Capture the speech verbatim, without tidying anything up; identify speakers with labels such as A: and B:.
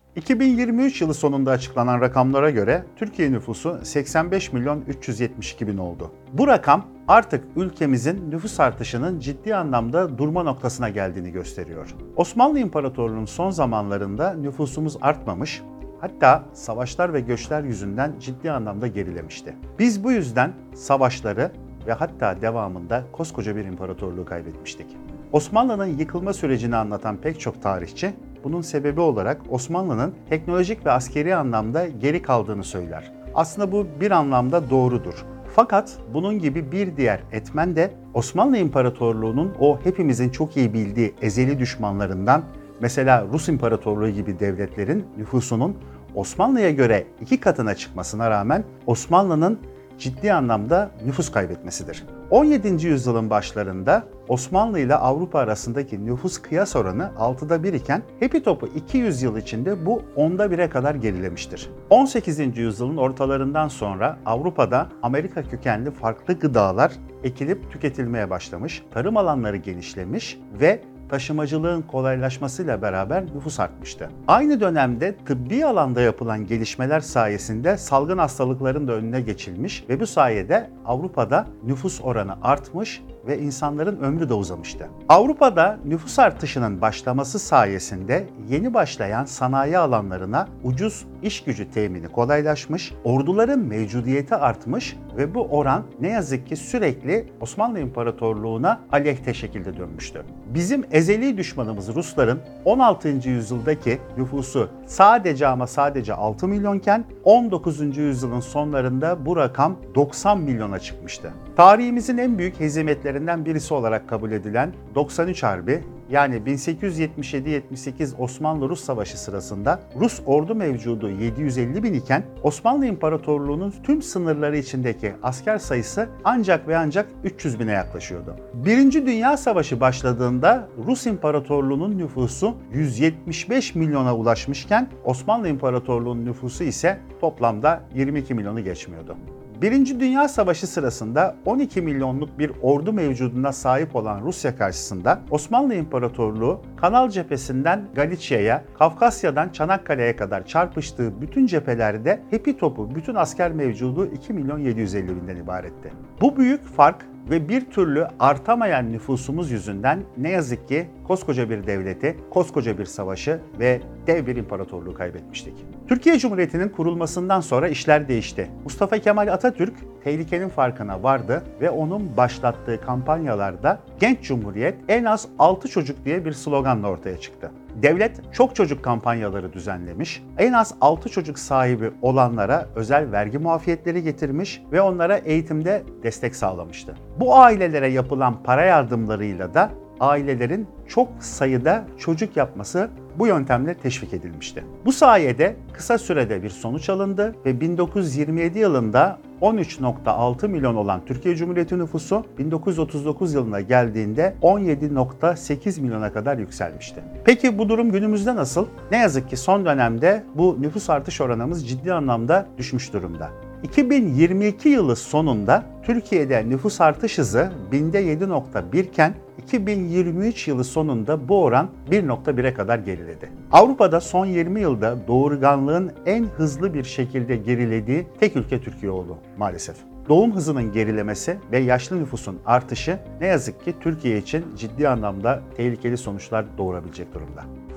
A: iki bin yirmi üç yılı sonunda açıklanan rakamlara göre Türkiye nüfusu seksen beş milyon üç yüz yetmiş iki bin oldu. Bu rakam artık ülkemizin nüfus artışının ciddi anlamda durma noktasına geldiğini gösteriyor. Osmanlı İmparatorluğu'nun son zamanlarında nüfusumuz artmamış, hatta savaşlar ve göçler yüzünden ciddi anlamda gerilemişti. Biz bu yüzden savaşları ve hatta devamında koskoca bir imparatorluğu kaybetmiştik. Osmanlı'nın yıkılma sürecini anlatan pek çok tarihçi, bunun sebebi olarak Osmanlı'nın teknolojik ve askeri anlamda geri kaldığını söyler. Aslında bu bir anlamda doğrudur. Fakat bunun gibi bir diğer etmen de Osmanlı İmparatorluğu'nun o hepimizin çok iyi bildiği ezeli düşmanlarından, mesela Rus İmparatorluğu gibi devletlerin nüfusunun Osmanlı'ya göre iki katına çıkmasına rağmen Osmanlı'nın ciddi anlamda nüfus kaybetmesidir. on yedinci yüzyılın başlarında Osmanlı ile Avrupa arasındaki nüfus kıyas oranı altıda bir iken hepi topu iki yüz yıl içinde bu onda bire kadar gerilemiştir. on sekizinci yüzyılın ortalarından sonra Avrupa'da Amerika kökenli farklı gıdalar ekilip tüketilmeye başlamış, tarım alanları genişlemiş ve taşımacılığın kolaylaşmasıyla beraber nüfus artmıştı. Aynı dönemde tıbbi alanda yapılan gelişmeler sayesinde salgın hastalıkların da önüne geçilmiş ve bu sayede Avrupa'da nüfus oranı artmış ve insanların ömrü de uzamıştı. Avrupa'da nüfus artışının başlaması sayesinde yeni başlayan sanayi alanlarına ucuz iş gücü temini kolaylaşmış, orduların mevcudiyeti artmış ve bu oran ne yazık ki sürekli Osmanlı İmparatorluğu'na aleyhte şekilde dönmüştü. Bizim ezeli düşmanımız Rusların on altıncı yüzyıldaki nüfusu sadece ama sadece altı milyonken on dokuzuncu yüzyılın sonlarında bu rakam doksan milyona çıkmıştı. Tarihimizin en büyük hezimetlerinden birisi olarak kabul edilen doksan üç Harbi, yani bin sekiz yüz yetmiş yedi yetmiş sekiz Osmanlı-Rus Savaşı sırasında Rus ordu mevcudu yedi yüz elli bin iken Osmanlı İmparatorluğu'nun tüm sınırları içindeki asker sayısı ancak ve ancak üç yüz bine yaklaşıyordu. Birinci Dünya Savaşı başladığında Rus İmparatorluğu'nun nüfusu yüz yetmiş beş milyona ulaşmışken Osmanlı İmparatorluğu'nun nüfusu ise toplamda yirmi iki milyonu geçmiyordu. Birinci Dünya Savaşı sırasında on iki milyonluk bir ordu mevcuduna sahip olan Rusya karşısında Osmanlı İmparatorluğu Kanal cephesinden Galicia'ya, Kafkasya'dan Çanakkale'ye kadar çarpıştığı bütün cephelerde hepi topu bütün asker mevcudu iki milyon yedi yüz elli binden ibaretti. Bu büyük fark ve bir türlü artamayan nüfusumuz yüzünden ne yazık ki koskoca bir devleti, koskoca bir savaşı ve dev bir imparatorluğu kaybetmiştik. Türkiye Cumhuriyeti'nin kurulmasından sonra işler değişti. Mustafa Kemal Atatürk tehlikenin farkına vardı ve onun başlattığı kampanyalarda Genç Cumhuriyet en az altı çocuk diye bir sloganla ortaya çıktı. Devlet çok çocuk kampanyaları düzenlemiş, en az altı çocuk sahibi olanlara özel vergi muafiyetleri getirmiş ve onlara eğitimde destek sağlamıştı. Bu ailelere yapılan para yardımlarıyla da ailelerin çok sayıda çocuk yapması bu yöntemle teşvik edilmişti. Bu sayede kısa sürede bir sonuç alındı ve bin dokuz yüz yirmi yedi yılında on üç nokta altı milyon olan Türkiye Cumhuriyeti nüfusu bin dokuz yüz otuz dokuz yılına geldiğinde on yedi nokta sekiz milyona kadar yükselmişti. Peki bu durum günümüzde nasıl? Ne yazık ki son dönemde bu nüfus artış oranımız ciddi anlamda düşmüş durumda. iki bin yirmi iki yılı sonunda Türkiye'de nüfus artış hızı binde yedi nokta bir iken iki bin yirmi üç yılı sonunda bu oran bir nokta bire kadar geriledi. Avrupa'da son yirmi yılda doğurganlığın en hızlı bir şekilde gerilediği tek ülke Türkiye oldu maalesef. Doğum hızının gerilemesi ve yaşlı nüfusun artışı ne yazık ki Türkiye için ciddi anlamda tehlikeli sonuçlar doğurabilecek durumda.